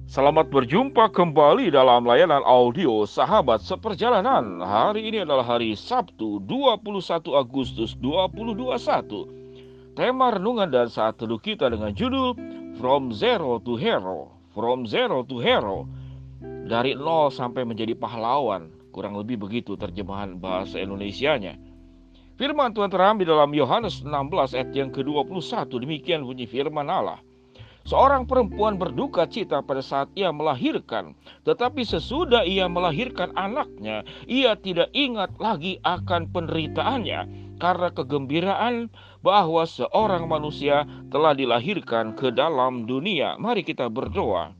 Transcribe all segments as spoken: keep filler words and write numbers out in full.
Selamat berjumpa kembali dalam layanan audio Sahabat Seperjalanan. Hari ini adalah hari Sabtu dua puluh satu Agustus dua ribu dua puluh satu. Tema renungan dan saat teduh kita dengan judul From Zero to Hero. From Zero to Hero. Dari nol sampai menjadi pahlawan. Kurang lebih begitu terjemahan bahasa Indonesianya. Firman Tuhan terambil dalam Yohanes enam belas ayat yang ke dua puluh satu. Demikian bunyi firman Allah. Seorang perempuan berduka cita pada saat ia melahirkan, tetapi sesudah ia melahirkan anaknya, ia tidak ingat lagi akan penderitaannya, karena kegembiraan bahwa seorang manusia telah dilahirkan ke dalam dunia. Mari kita berdoa.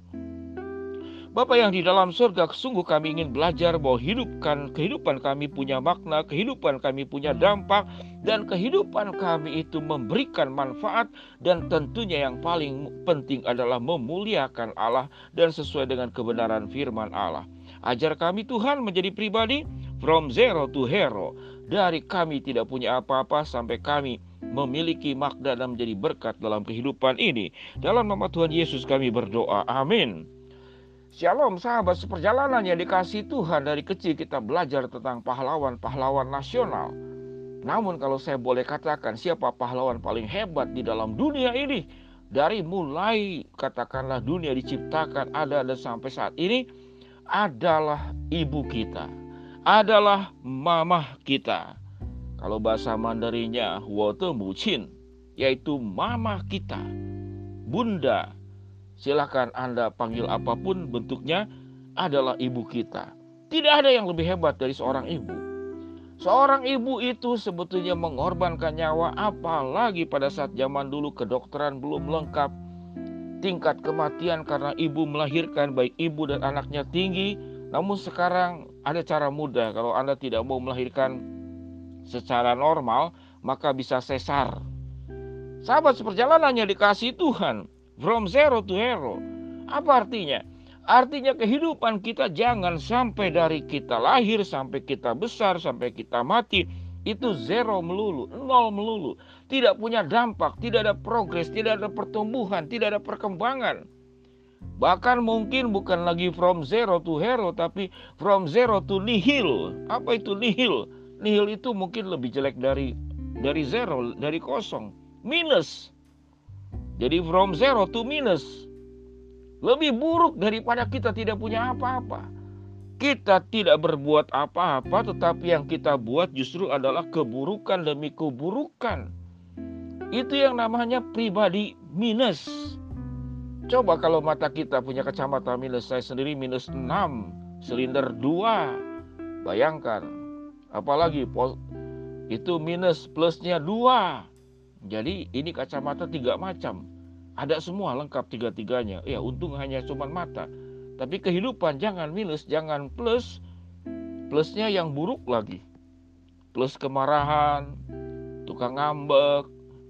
Bapa yang di dalam surga, sungguh kami ingin belajar bahwa hidupkan, kehidupan kami punya makna, kehidupan kami punya dampak, dan kehidupan kami itu memberikan manfaat, dan tentunya yang paling penting adalah memuliakan Allah dan sesuai dengan kebenaran firman Allah. Ajar kami Tuhan menjadi pribadi from zero to hero, dari kami tidak punya apa-apa sampai kami memiliki makna dan menjadi berkat dalam kehidupan ini. Dalam nama Tuhan Yesus kami berdoa, amin. Shalom sahabat seperjalanan yang dikasihi Tuhan. Dari kecil kita belajar tentang pahlawan-pahlawan nasional. Namun kalau saya boleh katakan, siapa pahlawan paling hebat di dalam dunia ini? Dari mulai katakanlah dunia diciptakan ada dan sampai saat ini, adalah ibu kita, adalah mamah kita. Kalau bahasa Mandarinnya Wote Mucin, yaitu mamah kita, bunda. Silahkan Anda panggil apapun bentuknya, adalah ibu kita. Tidak ada yang lebih hebat dari seorang ibu. Seorang ibu itu sebetulnya mengorbankan nyawa, apalagi pada saat zaman dulu kedokteran belum lengkap. Tingkat kematian karena ibu melahirkan, baik ibu dan anaknya tinggi. Namun sekarang ada cara mudah. Kalau Anda tidak mau melahirkan secara normal, maka bisa sesar. Sahabat seperjalanan yang dikasihi Tuhan, from zero to hero. Apa artinya? Artinya kehidupan kita jangan sampai dari kita lahir sampai kita besar, sampai kita mati, itu zero melulu, nol melulu. Tidak punya dampak, tidak ada progres, tidak ada pertumbuhan, tidak ada perkembangan. Bahkan mungkin bukan lagi from zero to hero, tapi from zero to nihil. Apa itu nihil? Nihil itu mungkin lebih jelek dari dari zero, dari kosong. Minus. Jadi from zero to minus. Lebih buruk daripada kita tidak punya apa-apa. Kita tidak berbuat apa-apa, tetapi yang kita buat justru adalah keburukan demi keburukan. Itu yang namanya pribadi minus. Coba kalau mata kita punya kacamata minus. Saya sendiri minus enam, silinder dua. Bayangkan. Apalagi itu minus plusnya dua. Jadi ini kacamata tiga macam. Ada semua lengkap tiga-tiganya. Ya untung hanya cuma mata. Tapi kehidupan jangan minus, jangan plus. Plusnya yang buruk lagi. Plus kemarahan, tukang ngambek,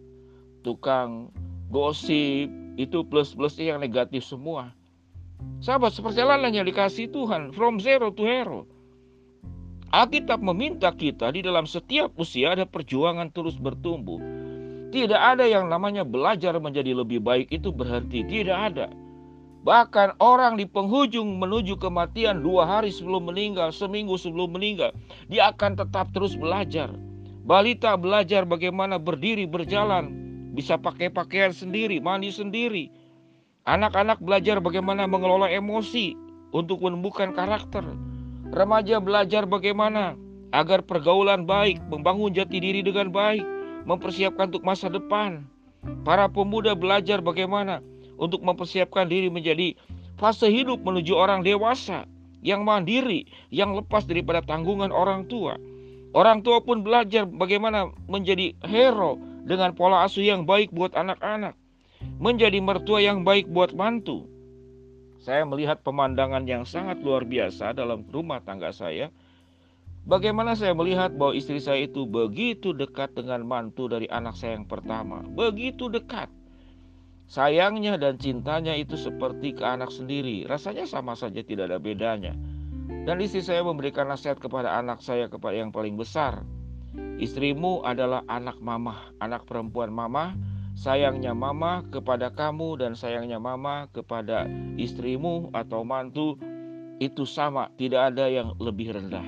tukang gosip. Itu plus-plusnya yang negatif semua. Sahabat seperjalanan yang dikasihi Tuhan, from zero to hero. Alkitab meminta kita di dalam setiap usia ada perjuangan terus bertumbuh. Tidak ada yang namanya belajar menjadi lebih baik itu berhenti. Tidak ada. Bahkan orang di penghujung menuju kematian dua hari sebelum meninggal, seminggu sebelum meninggal, dia akan tetap terus belajar. Balita belajar bagaimana berdiri, berjalan, bisa pakai pakaian sendiri, mandi sendiri. Anak-anak belajar bagaimana mengelola emosi untuk menumbuhkan karakter. Remaja belajar bagaimana agar pergaulan baik, membangun jati diri dengan baik, mempersiapkan untuk masa depan. Para pemuda belajar bagaimana untuk mempersiapkan diri menjadi fase hidup menuju orang dewasa yang mandiri, yang lepas daripada tanggungan orang tua. Orang tua pun belajar bagaimana menjadi hero dengan pola asuh yang baik buat anak-anak, menjadi mertua yang baik buat mantu. Saya melihat pemandangan yang sangat luar biasa dalam rumah tangga saya. Bagaimana saya melihat bahwa istri saya itu begitu dekat dengan mantu dari anak saya yang pertama. Begitu dekat. Sayangnya dan cintanya itu seperti ke anak sendiri. Rasanya sama saja, tidak ada bedanya. Dan istri saya memberikan nasihat kepada anak saya, kepada yang paling besar. Istrimu adalah anak mamah, anak perempuan mamah. sayangnya mama kepada kamu dan sayangnya mama kepada istrimu atau mantu itu sama, tidak ada yang lebih rendah.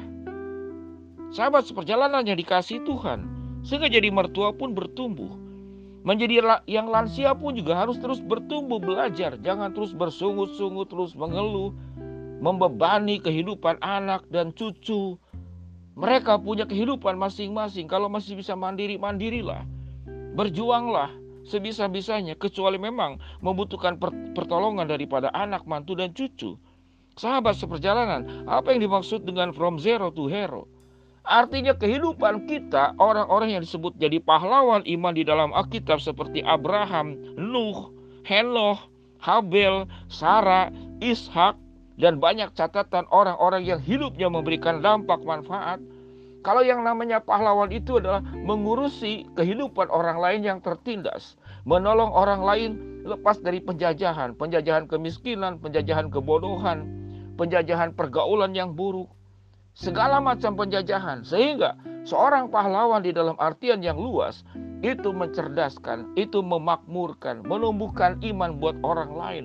Sahabat seperjalanan yang dikasihi Tuhan, sehingga jadi mertua pun bertumbuh. Menjadi yang lansia pun juga harus terus bertumbuh, belajar. Jangan terus bersungut-sungut, terus mengeluh, membebani kehidupan anak dan cucu. Mereka punya kehidupan masing-masing. Kalau masih bisa mandiri, mandirilah. Berjuanglah sebisa-bisanya, kecuali memang membutuhkan pertolongan daripada anak, mantu, dan cucu. Sahabat seperjalanan, apa yang dimaksud dengan from zero to hero? Artinya kehidupan kita, orang-orang yang disebut jadi pahlawan iman di dalam Alkitab seperti Abraham, Nuh, Henoh, Habel, Sarah, Ishak, dan banyak catatan orang-orang yang hidupnya memberikan dampak manfaat. Kalau yang namanya pahlawan itu adalah mengurusi kehidupan orang lain yang tertindas, menolong orang lain lepas dari penjajahan, penjajahan kemiskinan, penjajahan kebodohan, penjajahan pergaulan yang buruk, segala macam penjajahan. Sehingga seorang pahlawan di dalam artian yang luas itu mencerdaskan, itu memakmurkan, menumbuhkan iman buat orang lain,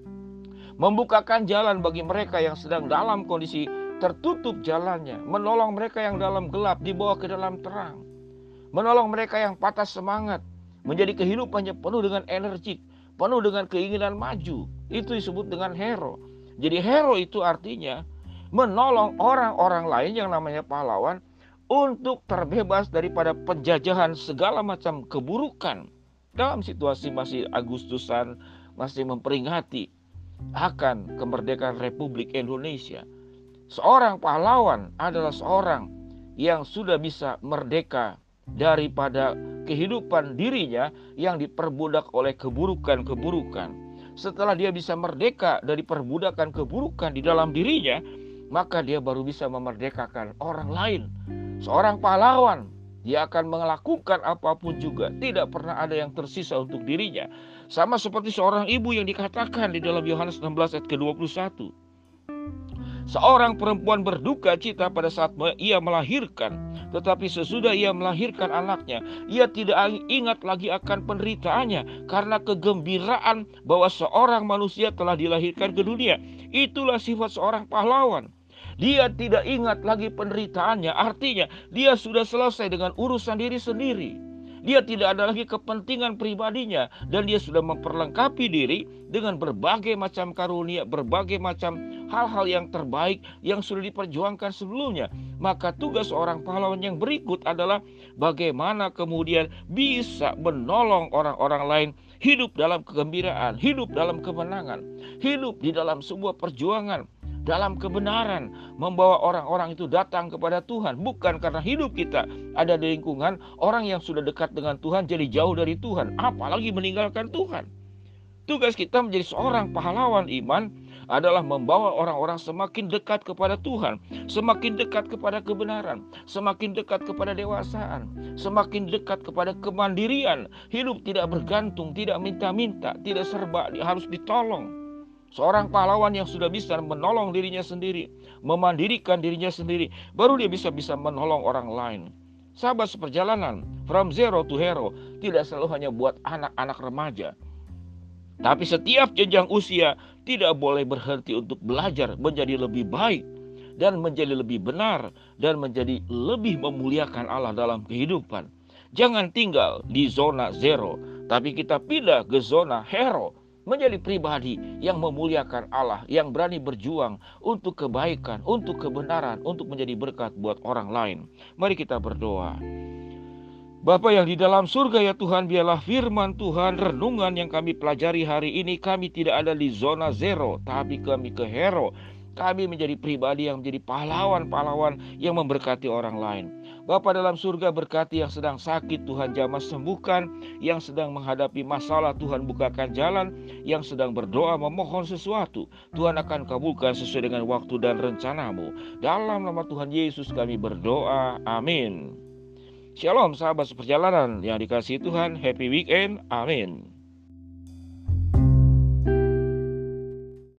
membukakan jalan bagi mereka yang sedang dalam kondisi tertutup jalannya, menolong mereka yang dalam gelap dibawa ke dalam terang, menolong mereka yang patah semangat menjadi kehidupannya penuh dengan energi, penuh dengan keinginan maju. Itu disebut dengan hero. Jadi hero itu artinya menolong orang-orang lain yang namanya pahlawan untuk terbebas daripada penjajahan segala macam keburukan. Dalam situasi masih Agustusan, masih memperingati akan kemerdekaan Republik Indonesia, seorang pahlawan adalah seorang yang sudah bisa merdeka daripada kehidupan dirinya yang diperbudak oleh keburukan-keburukan. Setelah dia bisa merdeka dari perbudakan keburukan di dalam dirinya, maka dia baru bisa memerdekakan orang lain. Seorang pahlawan, dia akan melakukan apapun juga, tidak pernah ada yang tersisa untuk dirinya. Sama seperti seorang ibu yang dikatakan di dalam Yohanes enam belas ayat ke dua puluh satu. Seorang perempuan berduka cita pada saat ia melahirkan, tetapi sesudah ia melahirkan anaknya, ia tidak ingat lagi akan penderitaannya karena kegembiraan bahwa seorang manusia telah dilahirkan ke dunia. Itulah sifat seorang pahlawan. Dia tidak ingat lagi penderitaannya, artinya dia sudah selesai dengan urusan diri sendiri. Dia tidak ada lagi kepentingan pribadinya, dan dia sudah memperlengkapi diri dengan berbagai macam karunia, berbagai macam hal-hal yang terbaik yang sudah diperjuangkan sebelumnya. Maka tugas seorang pahlawan yang berikut adalah bagaimana kemudian bisa menolong orang-orang lain hidup dalam kegembiraan, hidup dalam kemenangan, hidup di dalam sebuah perjuangan, dalam kebenaran, membawa orang-orang itu datang kepada Tuhan. Bukan karena hidup kita ada di lingkungan orang yang sudah dekat dengan Tuhan jadi jauh dari Tuhan, apalagi meninggalkan Tuhan. Tugas kita menjadi seorang pahlawan iman adalah membawa orang-orang semakin dekat kepada Tuhan, semakin dekat kepada kebenaran, semakin dekat kepada dewasaan, semakin dekat kepada kemandirian. Hidup tidak bergantung, tidak minta-minta, tidak serba harus ditolong. Seorang pahlawan yang sudah bisa menolong dirinya sendiri, memandirikan dirinya sendiri, baru dia bisa bisa menolong orang lain. Sahabat seperjalanan, from zero to hero tidak selalu hanya buat anak-anak remaja, tapi setiap jenjang usia tidak boleh berhenti untuk belajar menjadi lebih baik dan menjadi lebih benar dan menjadi lebih memuliakan Allah dalam kehidupan. Jangan tinggal di zona zero, tapi kita pindah ke zona hero. Menjadi pribadi yang memuliakan Allah, yang berani berjuang untuk kebaikan, untuk kebenaran, untuk menjadi berkat buat orang lain. Mari kita berdoa. Bapa yang di dalam surga ya Tuhan, biarlah firman Tuhan, renungan yang kami pelajari hari ini, kami tidak ada di zona zero, tapi kami ke hero. Kami menjadi pribadi yang menjadi pahlawan-pahlawan yang memberkati orang lain. Bapa dalam surga, berkati yang sedang sakit, Tuhan jamah sembuhkan. Yang sedang menghadapi masalah, Tuhan bukakan jalan. Yang sedang berdoa memohon sesuatu, Tuhan akan kabulkan sesuai dengan waktu dan rencanamu. Dalam nama Tuhan Yesus kami berdoa, amin. Shalom sahabat seperjalanan yang dikasihi Tuhan, happy weekend, amin.